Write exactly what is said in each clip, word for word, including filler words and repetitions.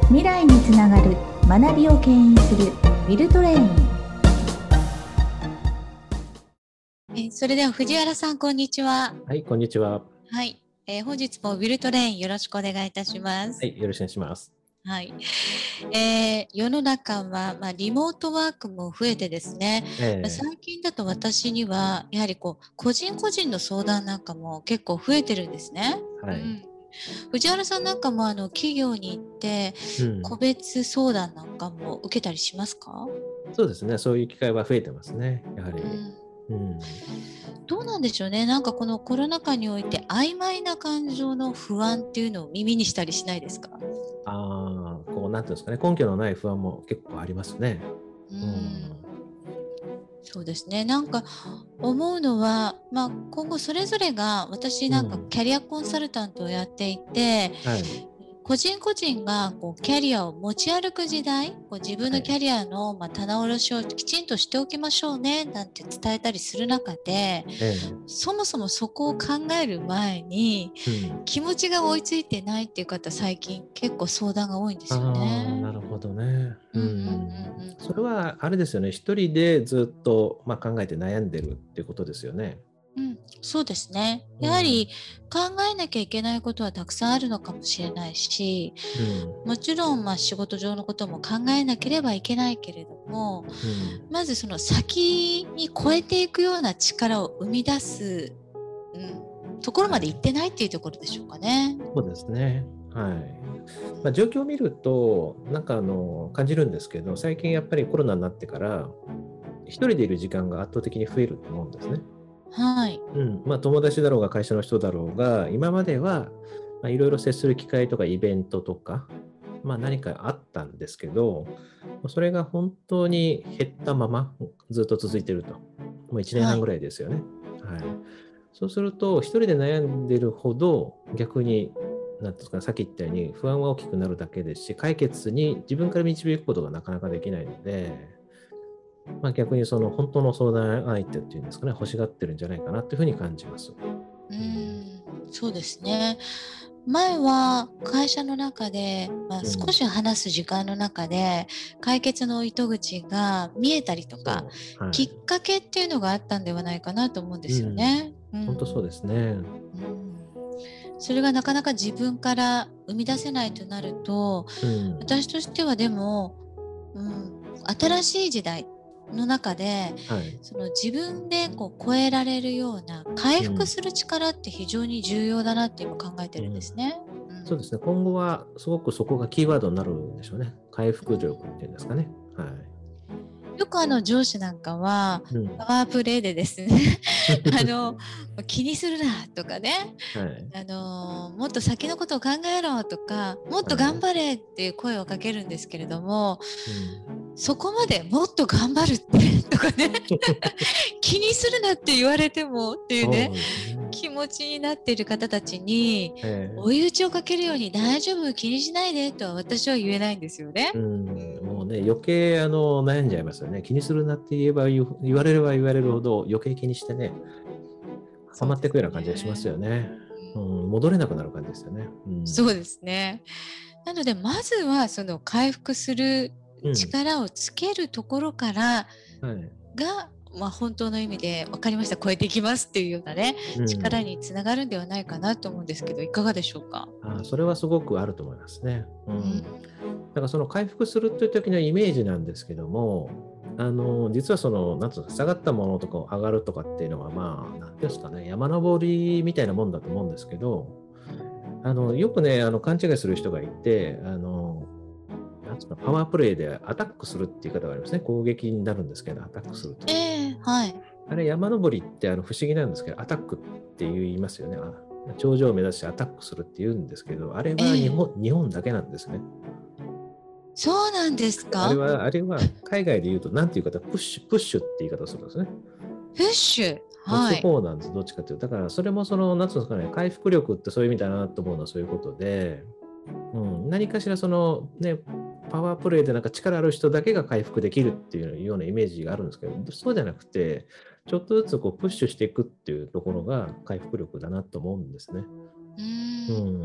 未来につながる学びを牽引するウィルトレイン。 えそれでは藤原さん、こんにちは。 はい、こんにちは。 はい、えー、本日もウィルトレインよろしくお願いいたします。 はい、よろしくお願いします。 はい、えー、世の中は、まあ、リモートワークも増えてですね、 えー、 最近だと私にはやはりこう個人個人の相談なんかも結構増えてるんですね。 はい。 うん、藤原さんなんかもあの企業に行って個別相談なんかも受けたりしますか？ うん、そうですね、そういう機会は増えてますね、やはり。うんうん、 どうなんでしょうね。なんかこのコロナ禍において曖昧な感情の不安っていうのを耳にしたりしないですか？ ああ、こうなんていうんですかね、根拠のない不安も結構ありますね。 うん、うん、そうですね。なんか思うのは、まあ、今後それぞれが私なんかキャリアコンサルタントをやっていて、うん、はい、個人個人がこうキャリアを持ち歩く時代、こう自分のキャリアの、まあ、棚卸しをきちんとしておきましょうねなんて伝えたりする中で、ええ、そもそもそこを考える前に、うん、気持ちが追いついてないっていう方最近結構相談が多いんですよね。 あ、なるほどね。うんうんうんうん、それはあれですよね、一人でずっと、まあ、考えて悩んでるっていうことですよね。 うん、そうですね。やはり考えなきゃいけないことはたくさんあるのかもしれないし、うん、もちろんまあ仕事上のことも考えなければいけないけれども、うん、まずその先に超えていくような力を生み出す、うん、ところまでいってないっていうところでしょうかね。 そうですね。はい。まあ、状況を見るとなんかあの感じるんですけど、最近やっぱりコロナになってから一人でいる時間が圧倒的に増えると思うんですね。 はい。 うんまあ、友達だろうが会社の人だろうが、今まではいろいろ接する機会とかイベントとか、まあ、何かあったんですけど、それが本当に減ったままずっと続いていると。もういちねんはんぐらいですよね。はいはい、そうすると、一人で悩んでるほど逆に、なんですか、さっき言ったように不安は大きくなるだけですし、解決に自分から導くことがなかなかできないので、まあ、逆にその本当の相談相手っていうんですかね、欲しがってるんじゃないかなというふうに感じます。 うーん、そうですね。前は会社の中で、まあ、少し話す時間の中で解決の糸口が見えたりとか、はい、きっかけっていうのがあったんではないかなと思うんですよね。 うんうん、本当そうですね。うん、 それがなかなか自分から生み出せないとなると、うん、私としてはでも、うん、新しい時代の中で、はい、その自分でこう超えられるような回復する力って非常に重要だなって今考えてるんですね。 うんうん、そうですね。今後はすごくそこがキーワードになるんでしょうね。回復力っていうんですかね。はい。 よくあの上司なんかは、うん、パワープレイでですねあの気にするなとかね、はい、あのもっと先のことを考えろとか、もっと頑張れっていう声をかけるんですけれども、はい、うん、そこまでもっと頑張るってとかね気にするなって言われてもっていうね、気持ちになっている方たちに追い打ちをかけるように、大丈夫気にしないでとは私は言えないんですよね。 うん、もうね、余計あの悩んじゃいますよね。気にするなって言えば言われれば言われるほど余計気にしてね、はまっていくような感じがしますよね。うん、戻れなくなる感じですよね。 うん、そうですね。なのでまずはその回復する力をつけるところからが、うん、はい、まあ、本当の意味で分かりました、超えていきますっていうようなね、うん、力につながるんではないかなと思うんですけど、いかがでしょうか？ あ、それはすごくあると思いますね。うんうん、だからその回復するという時のイメージなんですけども、あの実はそのなんていうか、下がったものとかを上がるとかっていうのは、まあ何ですかね、山登りみたいなもんだと思うんですけど、あのよくね、あの勘違いする人がいて、あのなんつうか、パワープレイでアタックするっていう言い方がありますね。攻撃になるんですけど、アタックすると。 えー、はい。 あれ、山登りってあの不思議なんですけど、アタックって言いますよね。頂上を目指してアタックするって言うんですけど、あれは日本、えー、日本だけなんですね。 そうなんですか？ あれは、あれは海外で言うと、なんていう方、プッシュ、プッシュって言い方をするんですね。 プッシュ、 はい。そうなんです、どっちかというと。だから、それもその、なんていうんですかね、回復力ってそういう意味だなと思うのはそういうことで、うん、何かしらその、ね、パワープレイでなんか力ある人だけが回復できるっていうようなイメージがあるんですけど、そうじゃなくて、ちょっとずつこうプッシュしていくっていうところが回復力だなと思うんですね。 うーん、うん、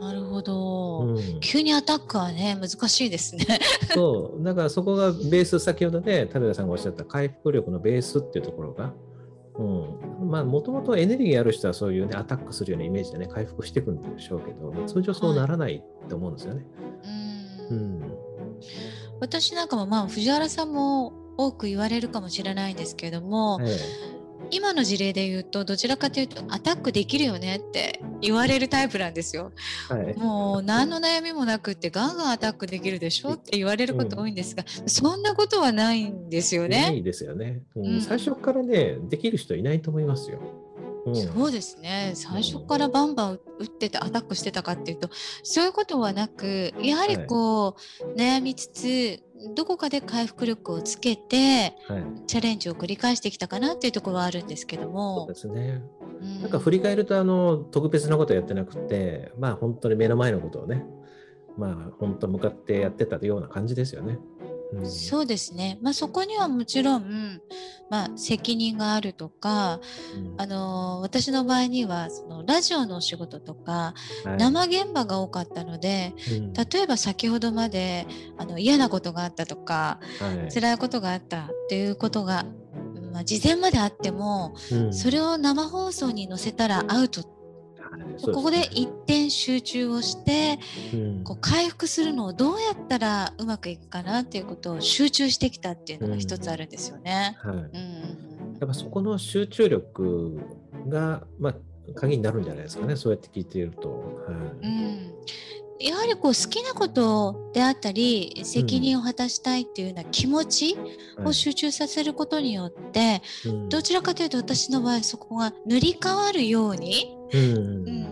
なるほど、 うん、 急にアタックはね難しいですね。 そうだからそこがベース、先ほどね種田さんがおっしゃった回復力のベースっていうところが、うん、まあもともとエネルギーある人はそういうねアタックするようなイメージでね回復していくんでしょうけど、通常そうならないと思うんですよね。 はい、 ううん、私なんかもまあ藤原さんも多く言われるかもしれないんですけれども、 ええ、 今の事例で言うとどちらかというとアタックできるよねって言われるタイプなんですよ。 はい、 もう何の悩みもなくってガンガンアタックできるでしょって言われること多いんですが、うん、そんなことはないんですよね。 ないですよね、うんうん、 最初からねできる人いないと思いますよ。うん、 そうですね。最初からバンバン打っててアタックしてたかっていうとそういうことはなく、やはりこう、はい、悩みつつどこかで回復力をつけて、はい、チャレンジを繰り返してきたかなっていうところはあるんですけども。 そうですね。うん、なんか振り返るとあの特別なことやってなくて、まあ本当に目の前のことをね、まあ本当向かってやってたような感じですよね。 うん、そうですね、まあ、そこにはもちろん、まあ、責任があるとか、うん、あの私の場合にはそのラジオのお仕事とか、はい、生現場が多かったので、うん、例えば先ほどまであの嫌なことがあったとか、はい、辛いことがあったっていうことが、まあ、事前まであっても、うん、それを生放送に載せたらアウト、ここで一点集中をして、うん、こう回復するのをどうやったらうまくいくかなっていうことを集中してきたっていうのが一つあるんですよね。 うん、はい、うん、やっぱそこの集中力が、まあ、鍵になるんじゃないですかね、そうやって聞いていると。はい、うん、 やはりこう好きなことであったり責任を果たしたいっていうような気持ちを集中させることによって、はい、どちらかというと私の場合そこが塗り替わるように、うんうん、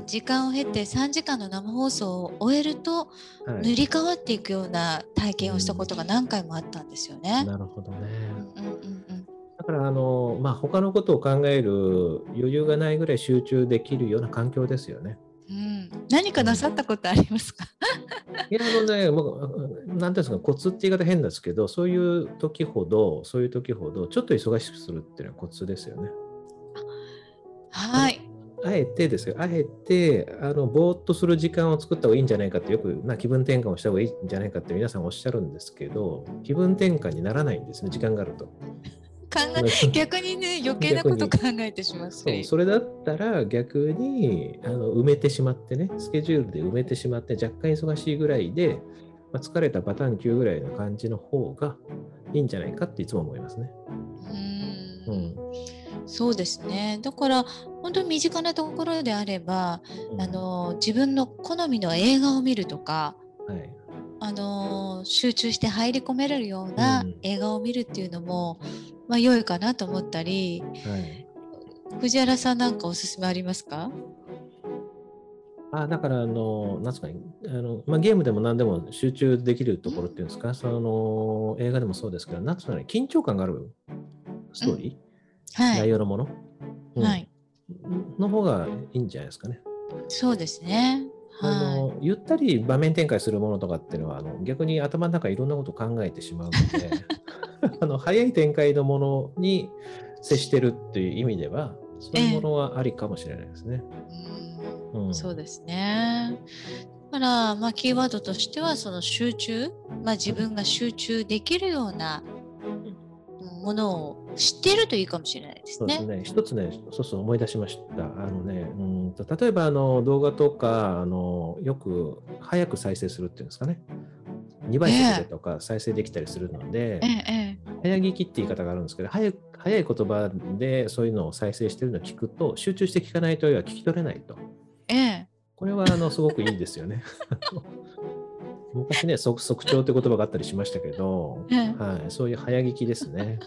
時間を経てさんじかんの生放送を終えると、はい、塗り替わっていくような体験をしたことが何回もあったんですよね。 うん、なるほどね。うんうんうん、だからあの、まあ、他のことを考える余裕がないぐらい集中できるような環境ですよね。 うん、何かなさったことありますか？ いや、あのね、もう、なんていうんですか、コツって言い方変ですけど、そういう時ほど、そういう時ほど、ちょっと忙しくするっていうのはコツですよね。 はい。 あえてですよ、あえて、あの、ぼーっとする時間を作った方がいいんじゃないかって、よく、な気分転換をした方がいいんじゃないかって皆さんおっしゃるんですけど、気分転換にならないんですね、時間があると。 考え逆にね余計なこと考えてしまって、 そう、それだったら逆にあの埋めてしまってね、スケジュールで埋めてしまって若干忙しいぐらいで、まあ、疲れたパターンきゅうぐらいの感じの方がいいんじゃないかっていつも思いますね。 うーん、うん、そうですね。だから本当に身近なところであれば、うん、あの自分の好みの映画を見るとか、はい、あの集中して入り込めれるような映画を見るっていうのも、うんまあ、良いかなと思ったり、はい、藤原さんなんかおすすめありますか？ あだからあのなんですかね、あの、まあ、ゲームでも何でも集中できるところっていうんですか、その映画でもそうですけど、なんつうのね、緊張感があるストーリー、うんはい、内容のもの、うんはい、の方がいいんじゃないですかね。 そうですね。 あのゆったり場面展開するものとかっていうのはあの逆に頭の中いろんなことを考えてしまうのであの早い展開のものに接してるっていう意味ではそういうものはありかもしれないですね。 えーうんうん、そうですね。だから、まあ、キーワードとしてはその集中、まあ、自分が集中できるようなものを知っているといいかもしれないですね。 そうですね。一つね、そうそう思い出しました。あのね、うんと例えばあの動画とかあのよく早く再生するっていうんですかね。にばい速でとか再生できたりするので、ええ、早聞きって言い方があるんですけど、早い、早い言葉でそういうのを再生してるのを聞くと集中して聞かないと聞き取れないと。ええ、これはあのすごくいいですよね。昔ね、即聴って言葉があったりしましたけど、うん、はい、そういう早聞きですね。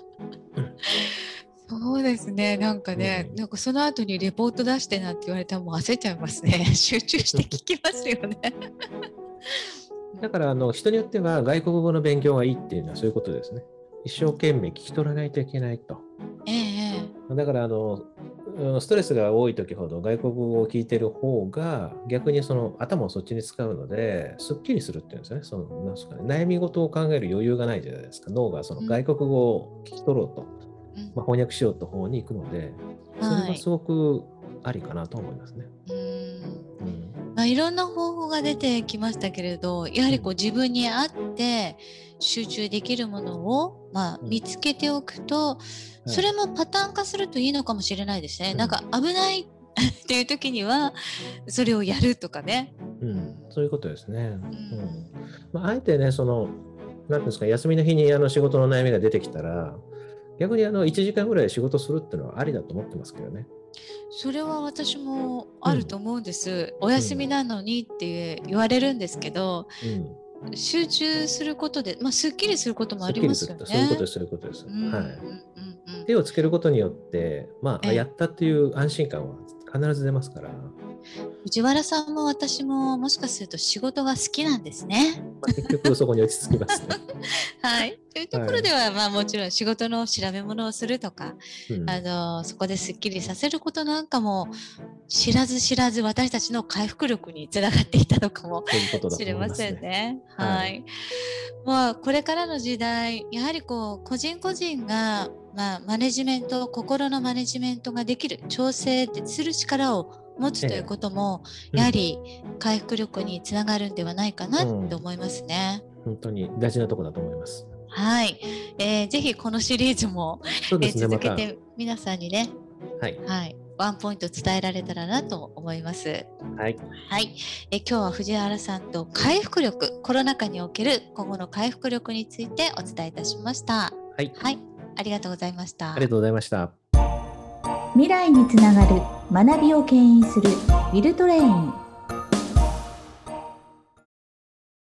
そうですね、なんかね、うん、なんかその後にレポート出してなんて言われたらもう焦っちゃいますね。集中して聞きますよね。 だからあの人によっては外国語の勉強がいいっていうのはそういうことですね。一生懸命聞き取らないといけないと。ええ、だからあのストレスが多い時ほど外国語を聞いてる方が逆にその頭をそっちに使うのですっきりするっていうんですね。そのなんですかね、悩み事を考える余裕がないじゃないですか。脳がその外国語を聞き取ろうと、うんまあ、翻訳しようと方に行くので、それはすごくありかなと思いますね。 はい、うんまあ、いろんな方法が出てきましたけれど、やはりこう自分に合って集中できるものを、まあ、見つけておくと、うん、それもパターン化するといいのかもしれないですね、うん、なんか危ないっていう時にはそれをやるとかね、 うん、そういうことですね、うんうんまあ、あえてねそのなんていうんですか、休みの日にあの仕事の悩みが出てきたら逆にあのいちじかんぐらい仕事するっていうのはありだと思ってますけどね。 それは私もあると思うんです、うん、お休みなのにって言われるんですけど、うん、集中することで、まあ、すっきりすることもありますよね。 そういうことです、そういうことです、 うんはい、 うんうんうん、 手をつけることによって、まあ、やったっていう安心感は必ず出ますから。 藤原さんも私ももしかすると仕事が好きなんですね。 まあ、結局そこに落ち着きますね。 はい。というところでは、はい、まあもちろん仕事の調べ物をするとか、うん、あのそこですっきりさせることなんかも知らず知らず私たちの回復力につながっていたのかもしれませんね。はい。はい、まあこれからの時代、やはりこう個人個人がまあマネジメント、心のマネジメントができる、調整する力を持つということも、ええ、やはり回復力につながるんではないかなと思いますね、 うん、本当に大事なところだと思います。 はい、えー、ぜひこのシリーズも、 そうですね、 えー、続けて皆さんにね、 はい、 はい、ワンポイント伝えられたらなと思います。 はい、 はい、え今日は藤原さんと回復力、コロナ禍における今後の回復力についてお伝えいたしました。 はい、 はい、ありがとうございました。 ありがとうございました。 未来につながる学びを牽引するウィルトレイン。